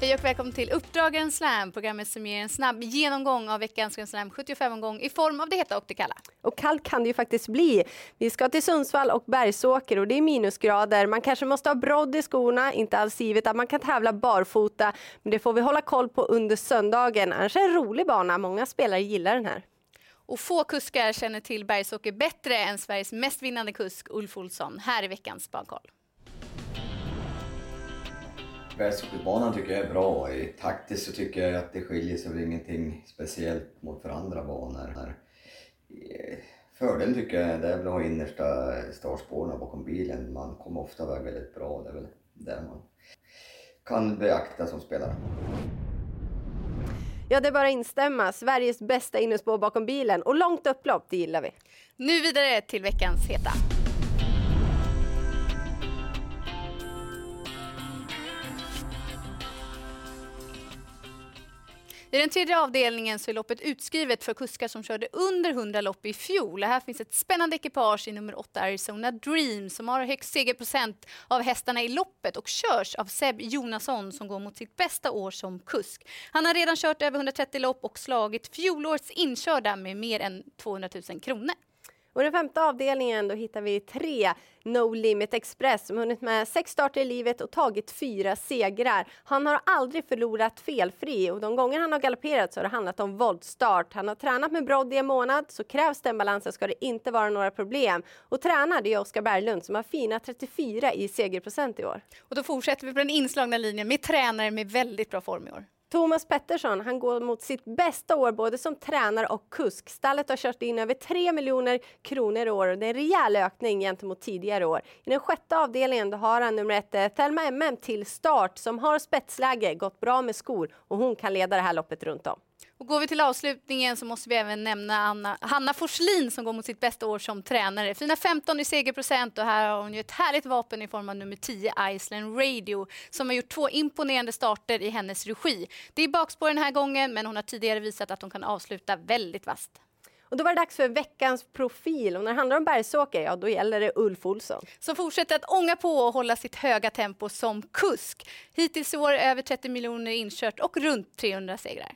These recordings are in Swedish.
Hej och välkommen till Uppdrag Grand Slam, programmet som ger en snabb genomgång av veckans Grand Slam 75-omgång i form av det heta och det kalla. Och kallt kan det ju faktiskt bli. Vi ska till Sundsvall och Bergsåker och det är minusgrader. Man kanske måste ha brodd i skorna, inte alls givet att man kan tävla barfota. Men det får vi hålla koll på under söndagen. Annars är det en rolig bana, många spelare gillar den här. Och få kuskar känner till Bergsåker bättre än Sveriges mest vinnande kusk Ulf Olsson. Här är veckans bankoll. Bergsåkerbanan tycker jag är bra. Taktiskt så tycker jag att det skiljer sig väl ingenting speciellt mot för andra banor. Fördelen tycker jag det är väl att ha innersta startspåren bakom bilen. Man kommer ofta iväg väldigt bra. Det är väl där man kan beakta som spelare. Ja, det är bara instämma. Sveriges bästa innerspår bakom bilen och långt upplopp, det gillar vi. Nu vidare till veckans heta. I den tredje avdelningen så är loppet utskrivet för kuskar som körde under 100 lopp i fjol. Här finns ett spännande ekipage i nummer 8 Arizona Dream som har högst segerprocent av hästarna i loppet och körs av Seb Jonasson som går mot sitt bästa år som kusk. Han har redan kört över 130 lopp och slagit fjolårets inkörda med mer än 200 000 kronor. Och i den femte avdelningen då hittar vi 3 No Limit Express som hunnit med 6 starter i livet och tagit 4 segrar. Han har aldrig förlorat felfri och de gånger han har galopperat så har det handlat om voltstart. Han har tränat med brodd i en månad, så krävs den balansen ska det inte vara några problem. Och tränare är Oskar Berglund som har fina 34 i segerprocent i år. Och då fortsätter vi på den inslagna linjen med tränare med väldigt bra form i år. Thomas Pettersson, han går mot sitt bästa år både som tränare och kusk. Stallet har kört in över 3 miljoner kronor i år och det är en rejäl ökning gentemot tidigare år. I den sjätte avdelningen då har han nummer 1 Thelma MM till start som har spetsläge, gått bra med skor och hon kan leda det här loppet runt om. Och går vi till avslutningen så måste vi även nämna Hanna Forslin som går mot sitt bästa år som tränare. Fina 15 i segerprocent och här har hon ju ett härligt vapen i form av nummer 10 Iceland Radio som har gjort 2 imponerande starter i hennes regi. Det är bakspår den här gången men hon har tidigare visat att hon kan avsluta väldigt vasst. Och då var det dags för veckans profil och när det handlar om Bergsåker, ja då gäller det Ulf Olsson. Som fortsätter att ånga på och hålla sitt höga tempo som kusk. Hittills i år över 30 miljoner inkört och runt 300 segrar.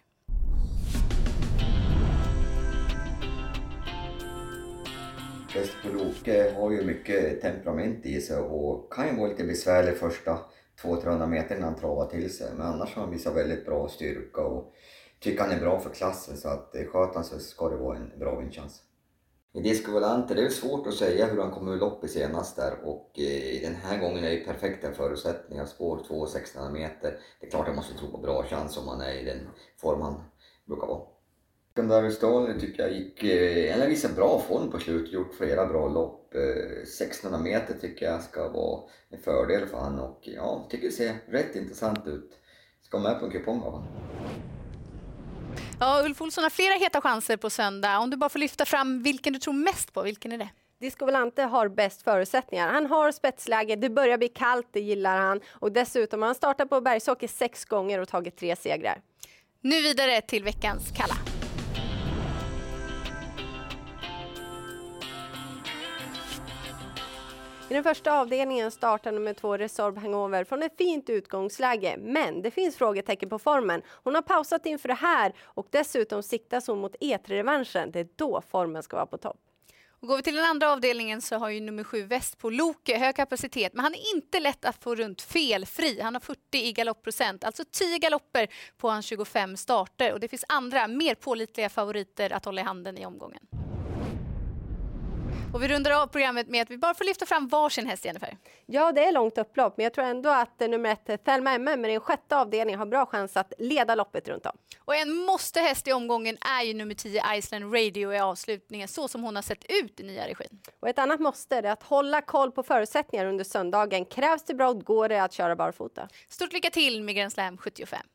Loke har ju mycket temperament i sig och kan ju vara lite besvärlig första 200-300 meter när han travar till sig. Men annars har han visat väldigt bra styrka och tycker han är bra för klassen så att sköter han så ska det vara en bra vinstchans. I Disco Volante, det är svårt att säga hur han kommer ur loppet senast där och den här gången är det perfekta förutsättningar. Spår 2-16 meter. Det är klart jag måste tro på bra chans om han är i den form han brukar vara. David Ståhl tycker jag gick, eller visar bra form på slut, gjort flera bra lopp. 1600 meter tycker jag ska vara en fördel för han och ja, tycker det ser rätt intressant ut. Ska med på en kupong av han. Ja, Ulf Olsson har flera heta chanser på söndag. Om du bara får lyfta fram vilken du tror mest på, vilken är det? Disco Volante har bäst förutsättningar. Han har spetsläge, det börjar bli kallt, det gillar han. Och dessutom har han startat på Bergsåker 6 gånger och tagit 3 segrar. Nu vidare till veckans kalla. I den första avdelningen startar nummer 2 Resorb Hangover från ett fint utgångsläge. Men det finns frågetecken på formen. Hon har pausat inför det här och dessutom siktas hon mot E3-revanschen. Det är då formen ska vara på topp. Och går vi till den andra avdelningen så har ju nummer 7 Väst på Loke hög kapacitet. Men han är inte lätt att få runt felfri. Han har 40 i galoppprocent, alltså 10 galopper på hans 25 starter. Och det finns andra mer pålitliga favoriter att hålla i handen i omgången. Och vi rundar av programmet med att vi bara får lyfta fram varsin häst, Jennifer. Ja, det är långt upplopp, men jag tror ändå att nummer 1 Thelma MM med den sjätte avdelningen har bra chans att leda loppet runt om. Och en måste-häst i omgången är ju nummer 10 Iceland Radio i avslutningen, så som hon har sett ut i nya regin. Och ett annat måste är att hålla koll på förutsättningar under söndagen. Krävs det brodd går det att köra barfota. Stort lycka till med Grand Slam 75.